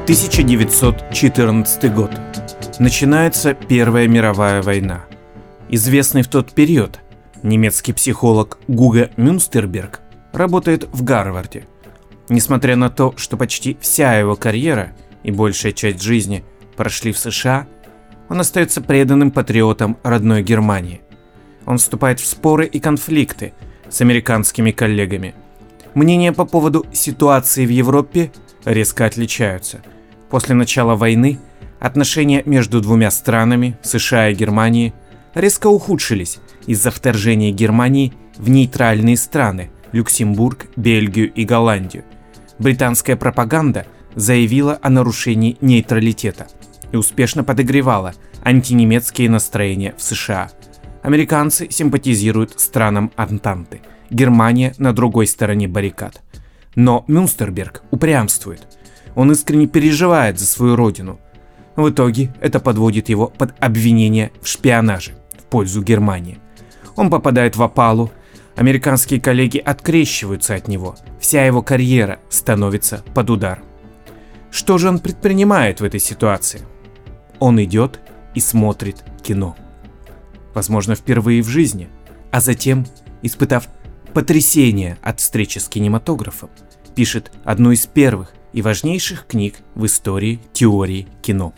1914 год. Начинается Первая мировая война. Известный в тот период немецкий психолог Гуго Мюнстерберг работает в Гарварде. Несмотря на то, что почти вся его карьера и большая часть жизни прошли в США, он остается преданным патриотом родной Германии. Он вступает в споры и конфликты с американскими коллегами. Мнения по поводу ситуации в Европе резко отличаются. После начала войны отношения между двумя странами, США и Германией, резко ухудшились из-за вторжения Германии в нейтральные страны – Люксембург, Бельгию и Голландию. Британская пропаганда заявила о нарушении нейтралитета и успешно подогревала антинемецкие настроения в США. Американцы симпатизируют странам Антанты, Германия на другой стороне баррикад. Но Мюнстерберг упрямствует. Он искренне переживает за свою родину. В итоге это подводит его под обвинение в шпионаже в пользу Германии. Он попадает в опалу, американские коллеги открещиваются от него, вся его карьера становится под удар. Что же он предпринимает в этой ситуации? Он идет и смотрит кино. Возможно, впервые в жизни, а затем, испытав потрясение от встречи с кинематографом, пишет одну из первых и важнейших книг в истории теории кино.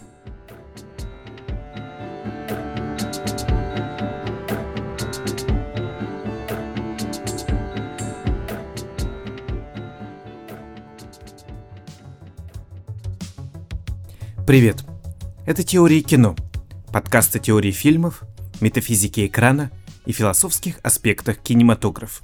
Привет! Это «Теория кино», подкаст о теории фильмов, метафизике экрана и философских аспектах кинематографа.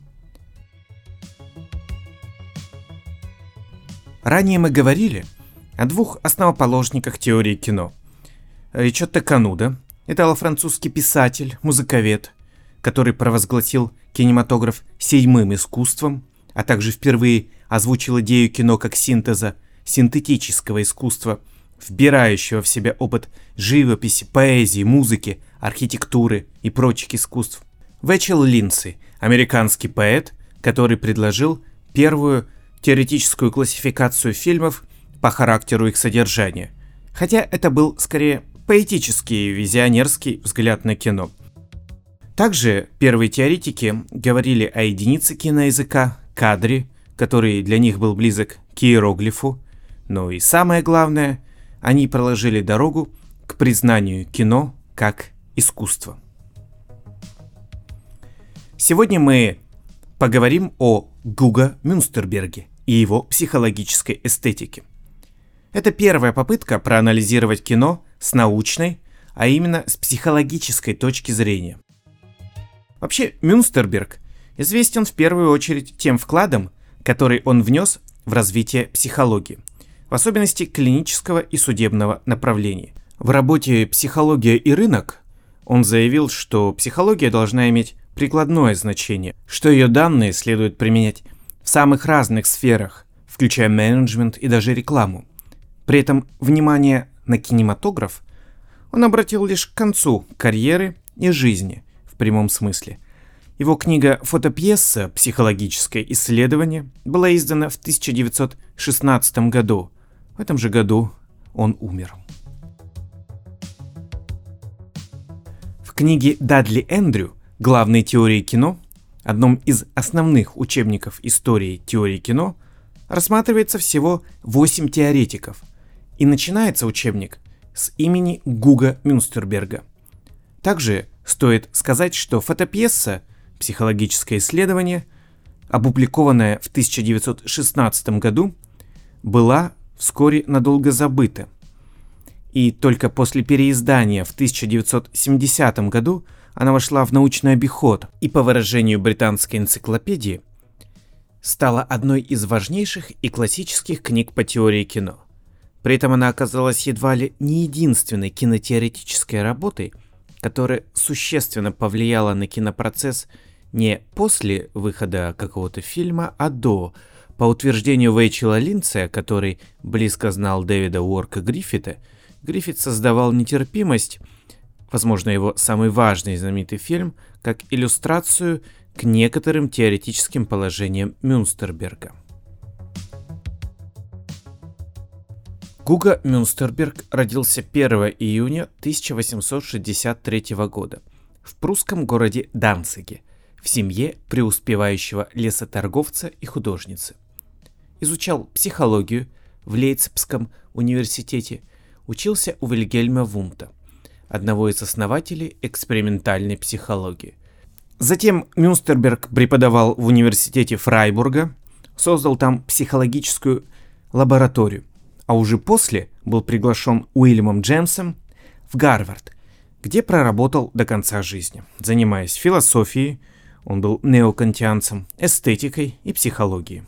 Ранее мы говорили о двух основоположниках теории кино. Ричотто Кануда, итало-французский писатель, музыковед, который провозгласил кинематограф седьмым искусством, а также впервые озвучил идею кино как синтеза синтетического искусства, вбирающего в себя опыт живописи, поэзии, музыки, архитектуры и прочих искусств. Вэчел Линдси, американский поэт, который предложил первую теоретическую классификацию фильмов по характеру их содержания, хотя это был скорее поэтический, визионерский взгляд на кино. Также первые теоретики говорили о единице киноязыка, кадре, который для них был близок к иероглифу, но и самое главное, они проложили дорогу к признанию кино как искусства. Сегодня мы поговорим о Гуго Мюнстерберге и его психологической эстетике. Это первая попытка проанализировать кино с научной, а именно с психологической точки зрения. Вообще, Мюнстерберг известен в первую очередь тем вкладом, который он внес в развитие психологии, в особенности клинического и судебного направлений. В работе «Психология и рынок» он заявил, что психология должна иметь прикладное значение, что ее данные следует применять в самых разных сферах, включая менеджмент и даже рекламу. При этом внимание на кинематограф он обратил лишь к концу карьеры и жизни в прямом смысле. Его книга «Фотопьеса. Психологическое исследование» была издана в 1916 году. В этом же году он умер. В книге Дадли Эндрю «Главные теории кино», одном из основных учебников истории теории кино, рассматривается всего 8 теоретиков, и начинается учебник с имени Гуго Мюнстерберга. Также стоит сказать, что фотопьеса «Психологическое исследование», опубликованная в 1916 году, была вскоре надолго забыта, и только после переиздания в 1970 году она вошла в научный обиход и, по выражению британской энциклопедии, стала одной из важнейших и классических книг по теории кино. При этом она оказалась едва ли не единственной кинотеоретической работой, которая существенно повлияла на кинопроцесс не после выхода какого-то фильма, а до. По утверждению Вэчела Линдси, который близко знал Дэвида Уорка Гриффита, Гриффит создавал «Нетерпимость», возможно, его самый важный и знаменитый фильм, как иллюстрацию к некоторым теоретическим положениям Мюнстерберга. Гуго Мюнстерберг родился 1 июня 1863 года в прусском городе Данциге в семье преуспевающего лесоторговца и художницы. Изучал психологию в Лейпцигском университете, учился у Вильгельма Вундта, одного из основателей экспериментальной психологии. Затем Мюнстерберг преподавал в университете Фрайбурга, создал там психологическую лабораторию, а уже после был приглашен Уильямом Джеймсом в Гарвард, где проработал до конца жизни, занимаясь философией, он был неокантианцем, эстетикой и психологией.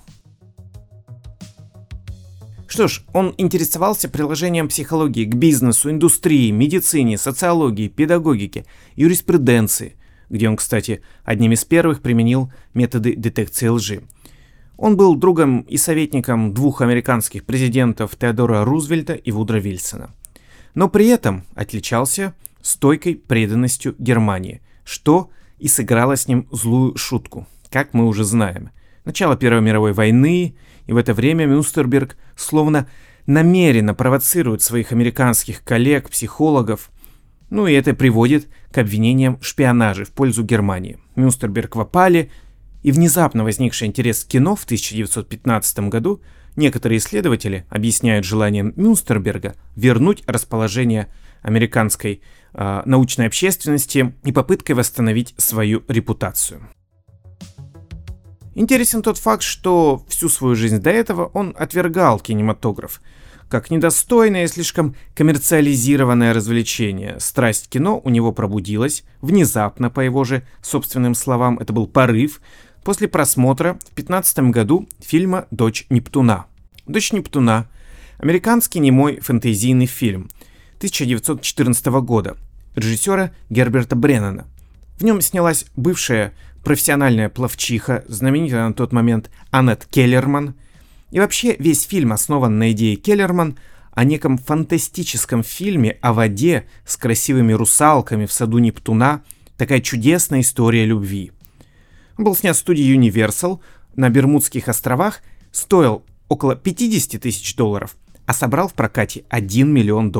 Что ж, он интересовался приложением психологии к бизнесу, индустрии, медицине, социологии, педагогике, юриспруденции, где он, кстати, одним из первых применил методы детекции лжи. Он был другом и советником двух американских президентов Теодора Рузвельта и Вудро Вильсона. Но при этом отличался стойкой преданностью Германии, что и сыграло с ним злую шутку, как мы уже знаем. Начало Первой мировой войны, и в это время Мюнстерберг словно намеренно провоцирует своих американских коллег, психологов, и это приводит к обвинениям в шпионаже в пользу Германии. Мюнстерберг в опале, и внезапно возникший интерес к кино в 1915 году некоторые исследователи объясняют желанием Мюнстерберга вернуть расположение американской научной общественности и попыткой восстановить свою репутацию. Интересен тот факт, что всю свою жизнь до этого он отвергал кинематограф как недостойное и слишком коммерциализированное развлечение. Страсть к кино у него пробудилась внезапно, по его же собственным словам, это был порыв, после просмотра в 1915 году фильма «Дочь Нептуна». «Дочь Нептуна» — американский немой фэнтезийный фильм 1914 года режиссера Герберта Бреннана. В нем снялась бывшая профессиональная пловчиха, знаменитая на тот момент Аннет Келлерман. И вообще весь фильм основан на идее Келлерман о неком фантастическом фильме о воде с красивыми русалками в саду Нептуна, такая чудесная история любви. Он был снят в студии Universal на Бермудских островах, стоил около $50 тысяч, а собрал в прокате $1 миллион.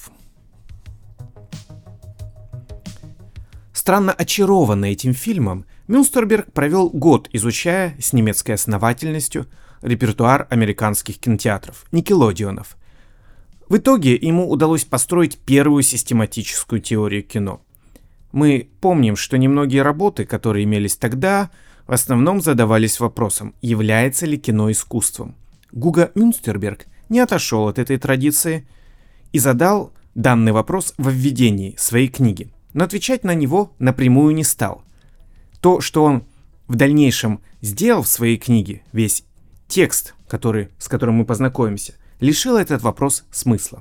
Странно очарованный этим фильмом, Мюнстерберг провел год, изучая с немецкой основательностью репертуар американских кинотеатров, никелодеонов. В итоге ему удалось построить первую систематическую теорию кино. Мы помним, что немногие работы, которые имелись тогда, в основном задавались вопросом, является ли кино искусством. Гуго Мюнстерберг не отошел от этой традиции и задал данный вопрос во введении своей книги, но отвечать на него напрямую не стал. То, что он в дальнейшем сделал в своей книге, весь текст, с которым мы познакомимся, лишил этот вопрос смысла.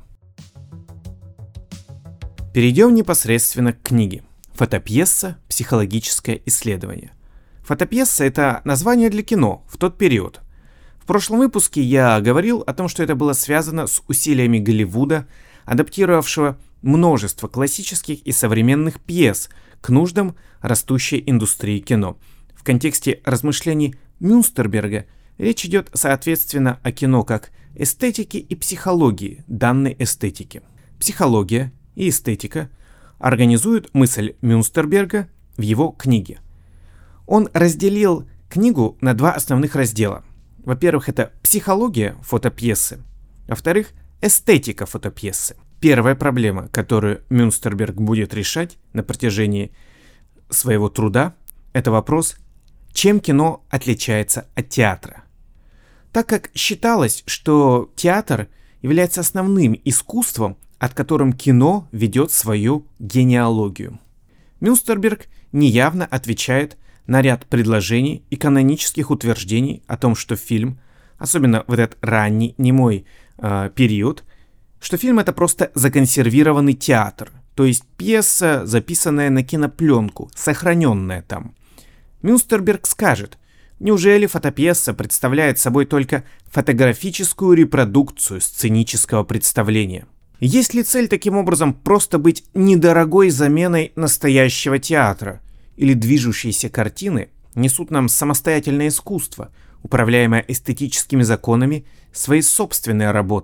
Перейдем непосредственно к книге. Фотопьеса «Психологическое исследование». Фотопьеса — это название для кино в тот период. В прошлом выпуске я говорил о том, что это было связано с усилиями Голливуда, адаптировавшего множество классических и современных пьес к нуждам растущей индустрии кино. В контексте размышлений Мюнстерберга речь идет, соответственно, о кино как эстетике и психологии данной эстетики. Психология и эстетика организуют мысль Мюнстерберга в его книге. Он разделил книгу на два основных раздела. Во-первых, это психология фотопьесы, во-вторых, эстетика фотопьесы. Первая проблема, которую Мюнстерберг будет решать на протяжении своего труда, это вопрос, чем кино отличается от театра. Так как считалось, что театр является основным искусством, от которым кино ведет свою генеалогию. Мюнстерберг неявно отвечает на ряд предложений и канонических утверждений о том, что фильм, особенно в этот ранний немой период, что фильм — это просто законсервированный театр, то есть пьеса, записанная на кинопленку, сохраненная там. Мюнстерберг скажет, неужели фотопьеса представляет собой только фотографическую репродукцию сценического представления? Есть ли цель таким образом просто быть недорогой заменой настоящего театра? Или движущиеся картины несут нам самостоятельное искусство, управляемое эстетическими законами своей собственной работы,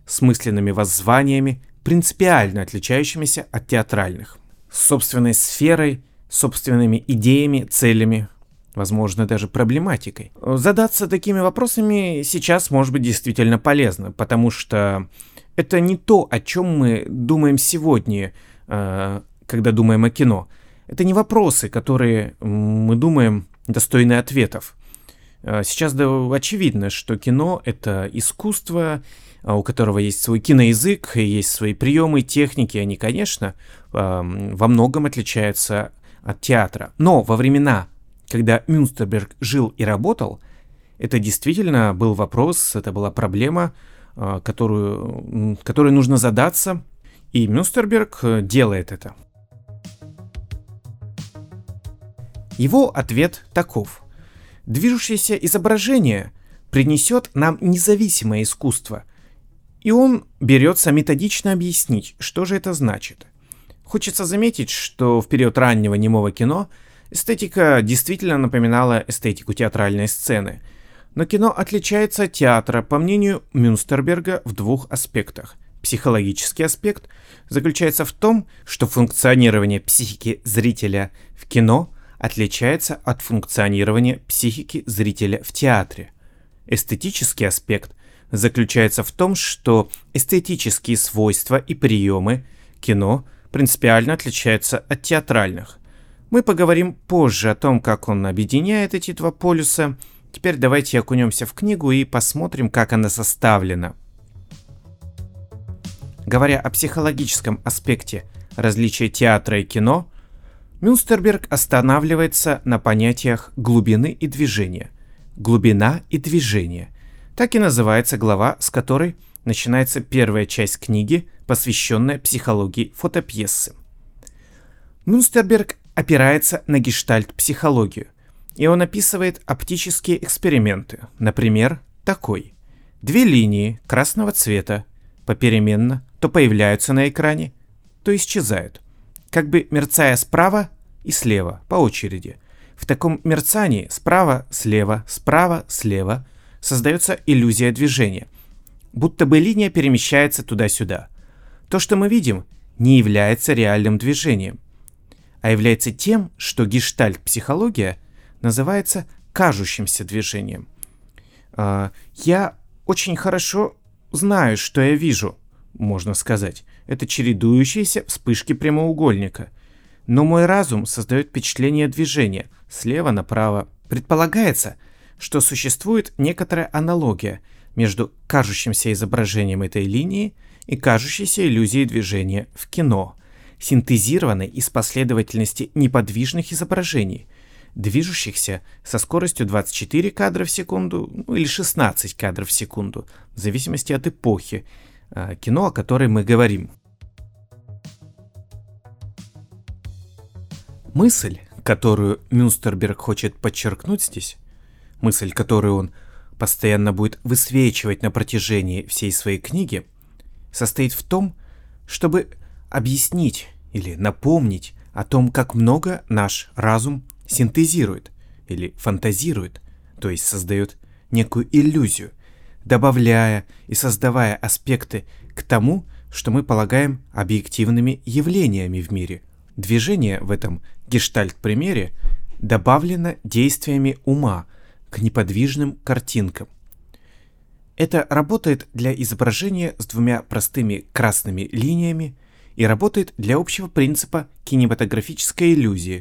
с мысленными воззваниями, принципиально отличающимися от театральных, с собственной сферой, собственными идеями, целями, возможно, даже проблематикой. Задаться такими вопросами сейчас может быть действительно полезно, потому что это не то, о чем мы думаем сегодня, когда думаем о кино. Это не вопросы, которые мы думаем достойны ответов. Сейчас очевидно, что кино — это искусство, у которого есть свой киноязык, есть свои приемы, техники. Они, конечно, во многом отличаются от театра. Но во времена, когда Мюнстерберг жил и работал, это действительно был вопрос, это была проблема, которой нужно задаться, и Мюнстерберг делает это. Его ответ таков. Движущееся изображение принесет нам независимое искусство, и он берется методично объяснить, что же это значит. Хочется заметить, что в период раннего немого кино эстетика действительно напоминала эстетику театральной сцены, но кино отличается от театра, по мнению Мюнстерберга, в двух аспектах. Психологический аспект заключается в том, что функционирование психики зрителя в кино отличается от функционирования психики зрителя в театре. Эстетический аспект заключается в том, что эстетические свойства и приемы кино принципиально отличаются от театральных. Мы поговорим позже о том, как он объединяет эти два полюса. Теперь давайте окунемся в книгу и посмотрим, как она составлена. Говоря о психологическом аспекте различия театра и кино, Мюнстерберг останавливается на понятиях глубины и движения. Глубина и движение. Так и называется глава, с которой начинается первая часть книги, посвященная психологии фотопьесы. Мюнстерберг опирается на гештальт-психологию, и он описывает оптические эксперименты, например, такой. Две линии красного цвета попеременно то появляются на экране, то исчезают, как бы мерцая справа и слева по очереди. В таком мерцании справа-слева создается иллюзия движения, будто бы линия перемещается туда-сюда. То, что мы видим, не является реальным движением, а является тем, что гештальт-психология называется кажущимся движением. Я очень хорошо знаю, что я вижу, можно сказать. Это чередующиеся вспышки прямоугольника. Но мой разум создает впечатление движения слева направо. Предполагается, что существует некоторая аналогия между кажущимся изображением этой линии и кажущейся иллюзией движения в кино, синтезированной из последовательности неподвижных изображений, движущихся со скоростью 24 кадра в секунду или 16 кадров в секунду, в зависимости от эпохи кино, о которой мы говорим. Мысль, которую Мюнстерберг хочет подчеркнуть здесь, мысль, которую он постоянно будет высвечивать на протяжении всей своей книги, состоит в том, чтобы объяснить или напомнить о том, как много наш разум синтезирует или фантазирует, то есть создает некую иллюзию, добавляя и создавая аспекты к тому, что мы полагаем объективными явлениями в мире. Движение в этом гештальт-примере добавлено действиями ума к неподвижным картинкам. Это работает для изображения с двумя простыми красными линиями и работает для общего принципа кинематографической иллюзии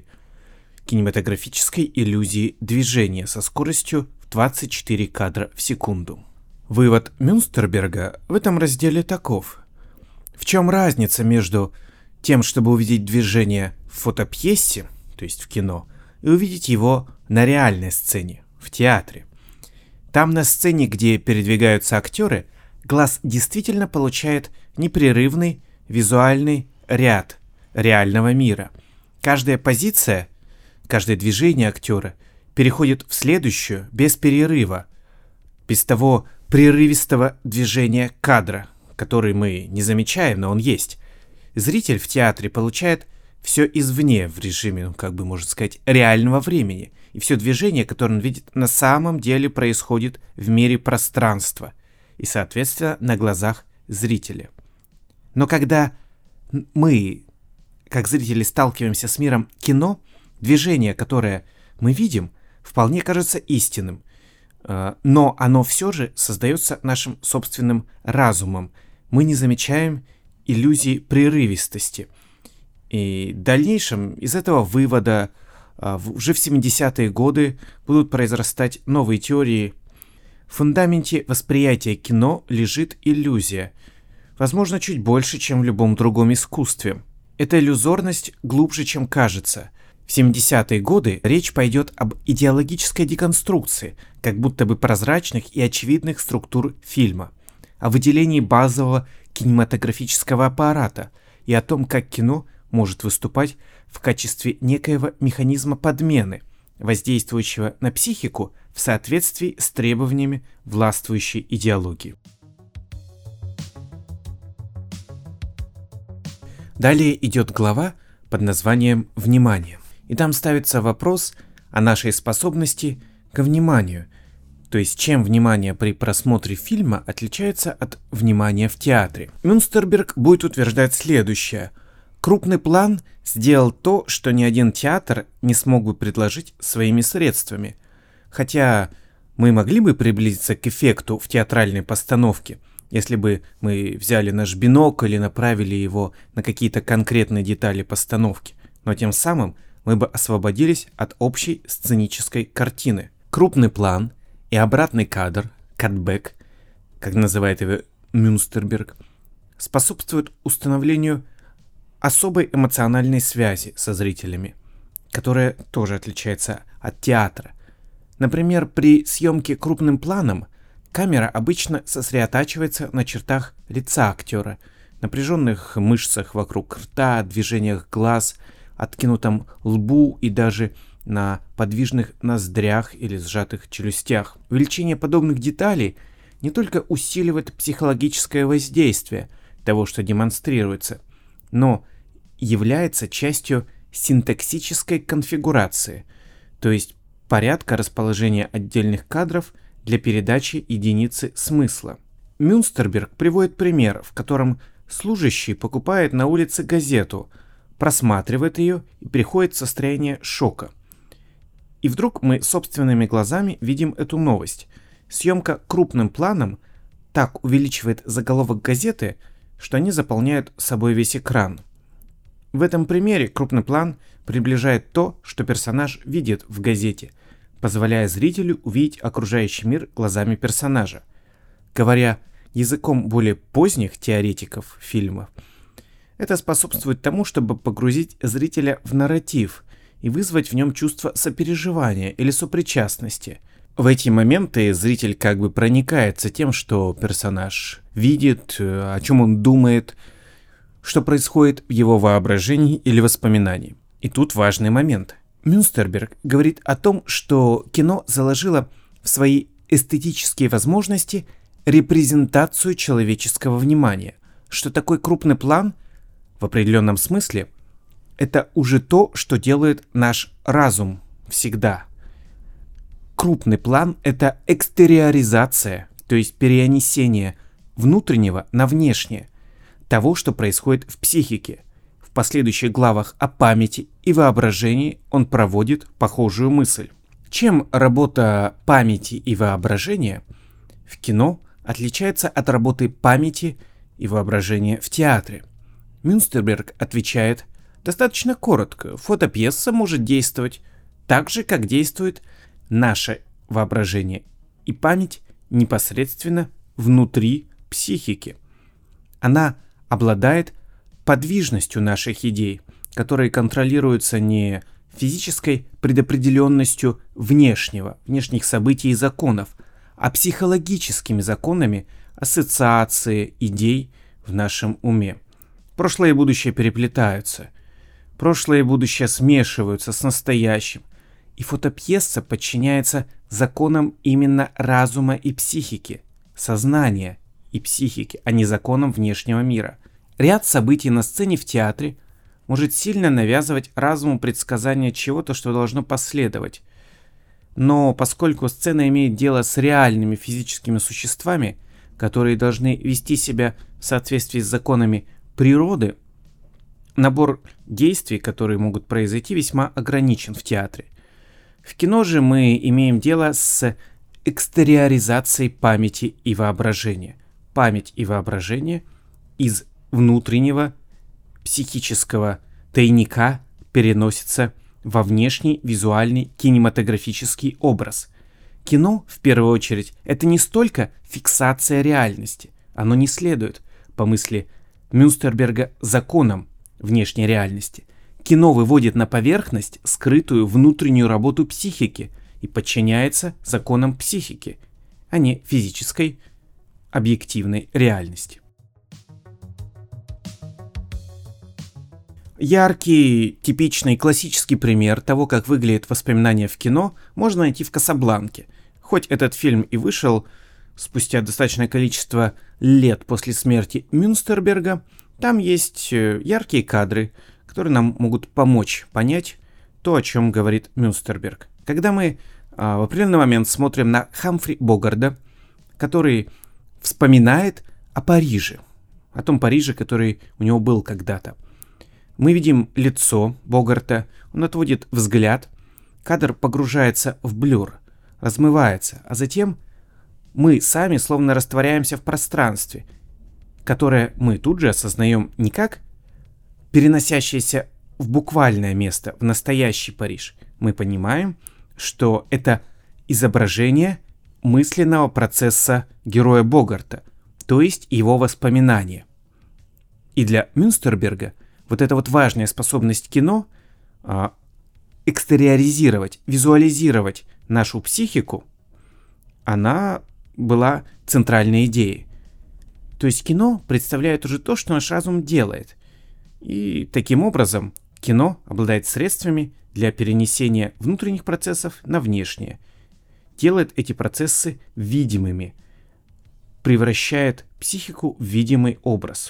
движения со скоростью в 24 кадра в секунду. Вывод Мюнстерберга в этом разделе таков. В чем разница между тем, чтобы увидеть движение в фотопьесе, то есть в кино, и увидеть его на реальной сцене, в театре? Там на сцене, где передвигаются актеры, глаз действительно получает непрерывный визуальный ряд реального мира. Каждая позиция, каждое движение актера переходит в следующую без перерыва, без того прерывистого движения кадра, который мы не замечаем, но он есть. Зритель в театре получает все извне в режиме, можно сказать, реального времени. И все движение, которое он видит, на самом деле происходит в мире пространства и, соответственно, на глазах зрителя. Но когда мы, как зрители, сталкиваемся с миром кино, движение, которое мы видим, вполне кажется истинным. Но оно все же создается нашим собственным разумом. Мы не замечаем иллюзии прерывистости. И в дальнейшем из этого вывода уже в 70-е годы будут произрастать новые теории. В фундаменте восприятия кино лежит иллюзия, возможно, чуть больше, чем в любом другом искусстве. Эта иллюзорность глубже, чем кажется. В 70-е годы речь пойдет об идеологической деконструкции, как будто бы прозрачных и очевидных структур фильма, о выделении базового кинематографического аппарата и о том, как кино может выступать в качестве некоего механизма подмены, воздействующего на психику в соответствии с требованиями властвующей идеологии. Далее идет глава под названием «Внимание». И там ставится вопрос о нашей способности к вниманию, то есть чем внимание при просмотре фильма отличается от внимания в театре. Мюнстерберг будет утверждать следующее. Крупный план сделал то, что ни один театр не смог бы предложить своими средствами. Хотя мы могли бы приблизиться к эффекту в театральной постановке, если бы мы взяли наш бинокль и направили его на какие-то конкретные детали постановки, но тем самым мы бы освободились от общей сценической картины. Крупный план и обратный кадр, катбэк, как называет его Мюнстерберг, способствуют установлению особой эмоциональной связи со зрителями, которая тоже отличается от театра. Например, при съемке крупным планом камера обычно сосредотачивается на чертах лица актера, напряженных мышцах вокруг рта, движениях глаз, откинутом лбу и даже на подвижных ноздрях или сжатых челюстях. Увеличение подобных деталей не только усиливает психологическое воздействие того, что демонстрируется, но является частью синтаксической конфигурации, то есть порядка расположения отдельных кадров для передачи единицы смысла. Мюнстерберг приводит пример, в котором служащий покупает на улице газету, просматривает ее и приходит в состояние шока. И вдруг мы собственными глазами видим эту новость. Съемка крупным планом так увеличивает заголовок газеты, что они заполняют собой весь экран. В этом примере крупный план приближает то, что персонаж видит в газете, позволяя зрителю увидеть окружающий мир глазами персонажа. Говоря языком более поздних теоретиков фильмов, это способствует тому, чтобы погрузить зрителя в нарратив и вызвать в нем чувство сопереживания или сопричастности. В эти моменты зритель как бы проникается тем, что персонаж видит, о чем он думает, что происходит в его воображении или воспоминании. И тут важный момент. Мюнстерберг говорит о том, что кино заложило в свои эстетические возможности репрезентацию человеческого внимания, что такой крупный план в определенном смысле это уже то, что делает наш разум всегда. Крупный план — это экстериоризация, то есть перенесение внутреннего на внешнее, того, что происходит в психике. В последующих главах о памяти и воображении он проводит похожую мысль. Чем работа памяти и воображения в кино отличается от работы памяти и воображения в театре? Мюнстерберг отвечает достаточно коротко. Фотопьеса может действовать так же, как действует наше воображение и память непосредственно внутри психики. Она обладает подвижностью наших идей, которые контролируются не физической предопределенностью внешних событий и законов, а психологическими законами ассоциации идей в нашем уме. Прошлое и будущее переплетаются. Прошлое и будущее смешиваются с настоящим. И фотопьеса подчиняется законам именно разума и психики, сознания и психики, а не законам внешнего мира. Ряд событий на сцене в театре может сильно навязывать разуму предсказания чего-то, что должно последовать. Но поскольку сцена имеет дело с реальными физическими существами, которые должны вести себя в соответствии с законами природы, набор действий, которые могут произойти, весьма ограничен в театре. В кино же мы имеем дело с экстериоризацией памяти и воображения. Память и воображение из внутреннего психического тайника переносится во внешний визуальный кинематографический образ. Кино, в первую очередь, это не столько фиксация реальности. Оно не следует, по мысли Мюнстерберга, законам внешней реальности. Кино выводит на поверхность скрытую внутреннюю работу психики и подчиняется законам психики, а не физической, объективной реальности. Яркий, типичный, классический пример того, как выглядят воспоминания в кино, можно найти в «Касабланке». Хоть этот фильм и вышел спустя достаточное количество лет после смерти Мюнстерберга, там есть яркие кадры, которые нам могут помочь понять то, о чем говорит Мюнстерберг. Когда мы в определенный момент смотрим на Хамфри Богарта, который вспоминает о Париже, о том Париже, который у него был когда-то. Мы видим лицо Богарта, он отводит взгляд, кадр погружается в блюр, размывается, а затем мы сами словно растворяемся в пространстве, которое мы тут же осознаем не как переносящееся в буквальное место, в настоящий Париж. Мы понимаем, что это изображение мысленного процесса героя Богарта, то есть его воспоминания. И для Мюнстерберга вот эта вот важная способность кино экстериоризировать, визуализировать нашу психику, она была центральной идеей. То есть кино представляет уже то, что наш разум делает. И таким образом кино обладает средствами для перенесения внутренних процессов на внешние, делает эти процессы видимыми, превращает психику в видимый образ.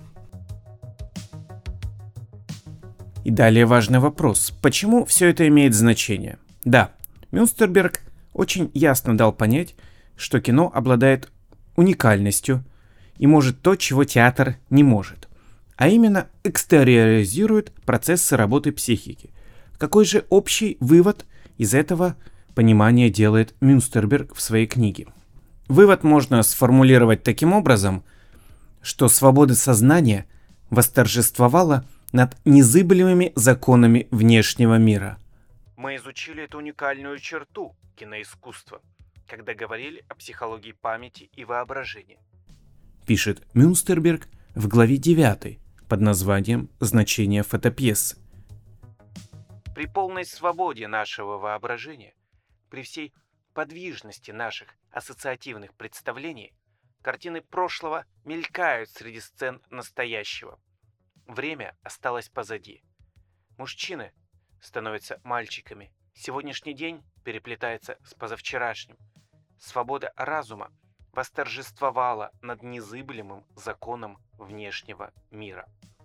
И далее важный вопрос. Почему все это имеет значение? Да, Мюнстерберг очень ясно дал понять, что кино обладает уникальностью и может то, чего театр не может. А именно экстериоризирует процессы работы психики. Какой же общий вывод из этого понимания делает Мюнстерберг в своей книге? Вывод можно сформулировать таким образом, что свобода сознания восторжествовала над незыблемыми законами внешнего мира. Мы изучили эту уникальную черту киноискусства, когда говорили о психологии памяти и воображения, пишет Мюнстерберг в главе 9 под названием «Значение фотопьесы». При полной свободе нашего воображения, при всей подвижности наших ассоциативных представлений, картины прошлого мелькают среди сцен настоящего. Время осталось позади. Мужчины становятся мальчиками. Сегодняшний день переплетается с позавчерашним. Свобода разума восторжествовала над незыблемым законом внешнего мира.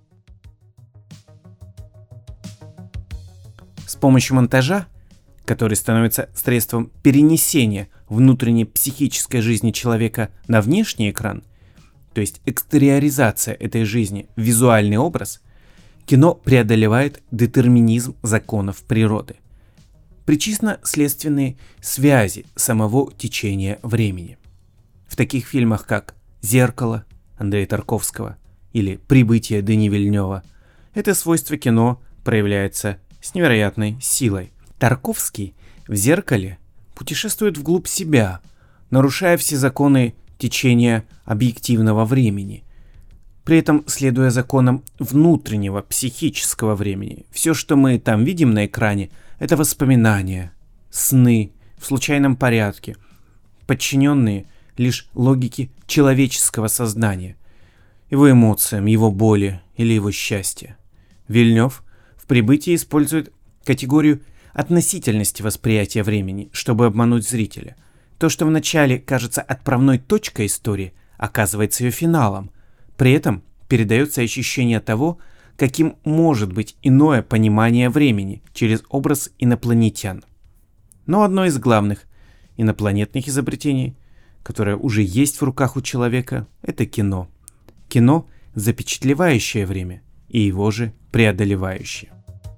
С помощью монтажа, который становится средством перенесения внутренней психической жизни человека на внешний экран, то есть экстериоризация этой жизни в визуальный образ, кино преодолевает детерминизм законов природы, причинно-следственные связи самого течения времени. В таких фильмах, как «Зеркало» Андрея Тарковского или «Прибытие» Дени Вильнёва, это свойство кино проявляется с невероятной силой. Тарковский в «Зеркале» путешествует вглубь себя, нарушая все законы течения объективного времени, при этом следуя законам внутреннего психического времени. Все, что мы там видим на экране, это воспоминания, сны в случайном порядке, подчиненные лишь логике человеческого сознания, его эмоциям, его боли или его счастья. Вильнёв в «Прибытии» использует категорию относительности восприятия времени, чтобы обмануть зрителя. То, что вначале кажется отправной точкой истории, оказывается ее финалом. При этом передается ощущение того, каким может быть иное понимание времени через образ инопланетян. Но одно из главных инопланетных изобретений, которое уже есть в руках у человека, это кино. Кино, запечатлевающее время, и его же преодолевающее.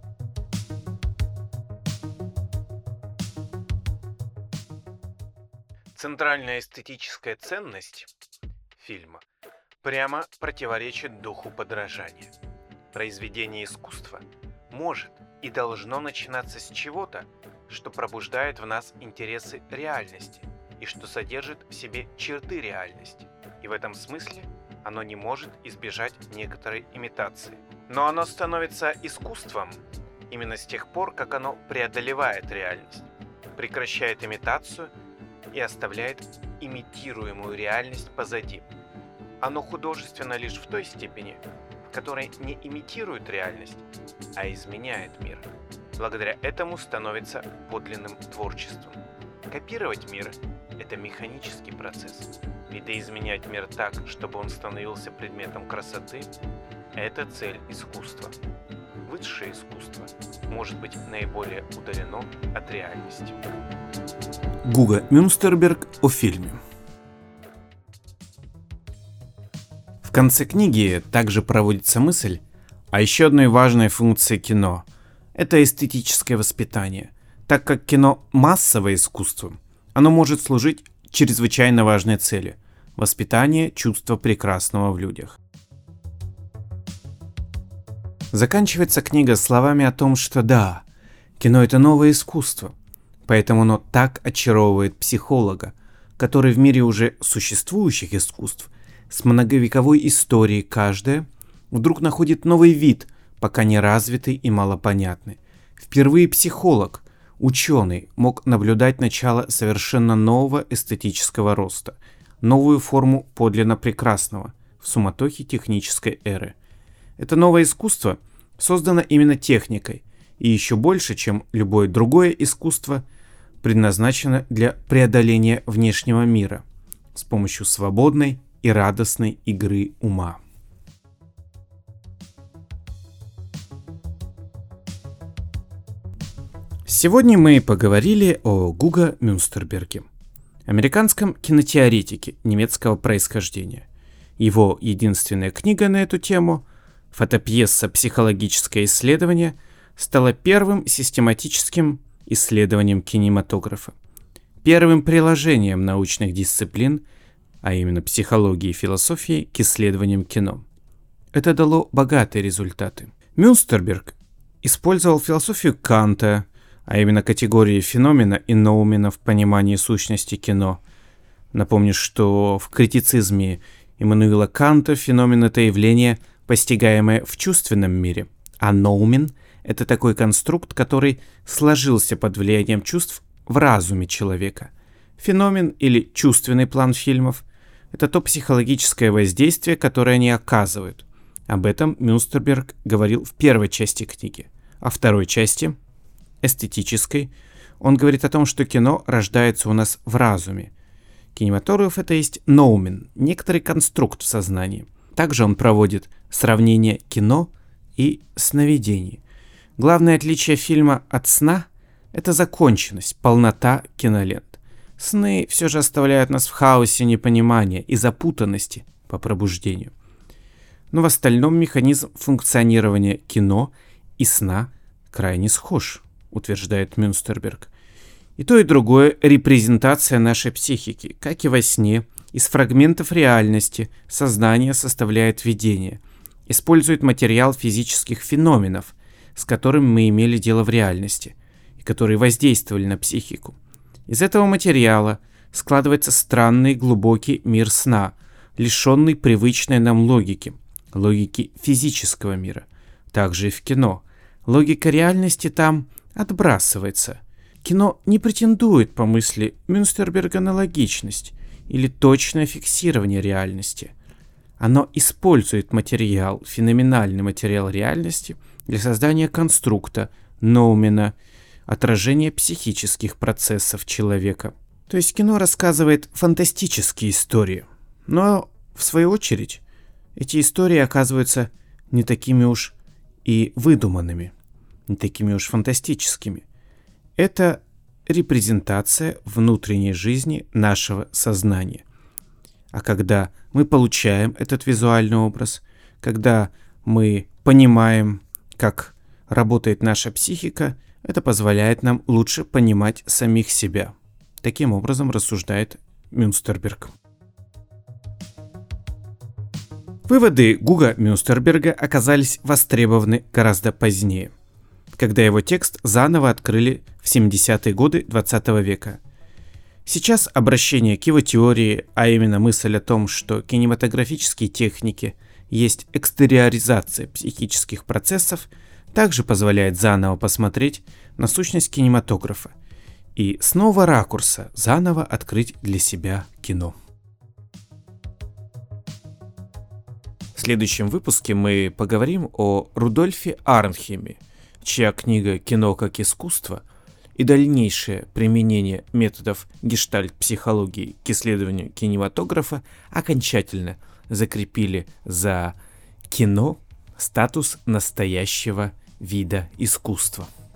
Центральная эстетическая ценность фильма прямо противоречит духу подражания. Произведение искусства может и должно начинаться с чего-то, что пробуждает в нас интересы реальности и что содержит в себе черты реальности. И в этом смысле оно не может избежать некоторой имитации. Но оно становится искусством именно с тех пор, как оно преодолевает реальность, прекращает имитацию и оставляет имитируемую реальность позади. Оно художественно лишь в той степени, в которой не имитирует реальность, а изменяет мир. Благодаря этому становится подлинным творчеством. Копировать мир – это механический процесс. Видоизменять мир так, чтобы он становился предметом красоты – это цель искусства. Высшее искусство может быть наиболее удалено от реальности. Гуга Мюнстерберг о фильме. В конце книги также проводится мысль о еще одной важной функции кино – это эстетическое воспитание. Так как кино – массовое искусство, оно может служить чрезвычайно важной цели – воспитание чувства прекрасного в людях. Заканчивается книга словами о том, что да, кино – это новое искусство, поэтому оно так очаровывает психолога, который в мире уже существующих искусств с многовековой историей каждое вдруг находит новый вид, пока не развитый и малопонятный. Впервые психолог, ученый, мог наблюдать начало совершенно нового эстетического роста, новую форму подлинно прекрасного в суматохе технической эры. Это новое искусство создано именно техникой, и еще больше, чем любое другое искусство, предназначено для преодоления внешнего мира с помощью свободной и радостной игры ума. Сегодня мы поговорили о Гуга Мюнстерберге, американском кинотеоретике немецкого происхождения. Его единственная книга на эту тему, фотопьеса «Психологическое исследование», стала первым систематическим исследованием кинематографа, первым приложением научных дисциплин, а именно психологии и философии, к исследованиям кино. Это дало богатые результаты. Мюнстерберг использовал философию Канта, а именно категории феномена и ноумена в понимании сущности кино. Напомню, что в критицизме Иммануила Канта феномен – это явление, постигаемое в чувственном мире, а ноумен – это такой конструкт, который сложился под влиянием чувств в разуме человека. Феномен или чувственный план фильмов – это то психологическое воздействие, которое они оказывают. Об этом Мюнстерберг говорил в первой части книги. А второй части, эстетической, он говорит о том, что кино рождается у нас в разуме. Кинематограф – это есть ноумен, некоторый конструкт в сознании. Также он проводит сравнение кино и сновидений. Главное отличие фильма от сна – это законченность, полнота кинолент. Сны все же оставляют нас в хаосе непонимания и запутанности по пробуждению. Но в остальном механизм функционирования кино и сна крайне схож, утверждает Мюнстерберг. И то, и другое – репрезентация нашей психики, как и во сне, из фрагментов реальности сознание составляет видение, использует материал физических феноменов, с которыми мы имели дело в реальности, и которые воздействовали на психику. Из этого материала складывается странный глубокий мир сна, лишенный привычной нам логики физического мира. Также и в кино. Логика реальности там отбрасывается. Кино не претендует, по мысли Мюнстерберга, на логичность или точное фиксирование реальности. Оно использует материал, феноменальный материал реальности для создания конструкта, ноумена, отражения психических процессов человека. То есть кино рассказывает фантастические истории, но, в свою очередь, эти истории оказываются не такими уж и выдуманными, не такими уж фантастическими. Это репрезентация внутренней жизни нашего сознания. А когда мы получаем этот визуальный образ, когда мы понимаем, как работает наша психика, это позволяет нам лучше понимать самих себя. Таким образом рассуждает Мюнстерберг. Выводы Гуга Мюнстерберга оказались востребованы гораздо позднее, когда его текст заново открыли в 70-е годы 20 века. Сейчас обращение к его теории, а именно мысль о том, что кинематографические техники есть экстериоризация психических процессов, также позволяет заново посмотреть на сущность кинематографа и с нового ракурса заново открыть для себя кино. В следующем выпуске мы поговорим о Рудольфе Арнхеме, чья книга «Кино как искусство» и дальнейшее применение методов гештальт-психологии к исследованию кинематографа окончательно закрепили за кино статус настоящего вида искусства.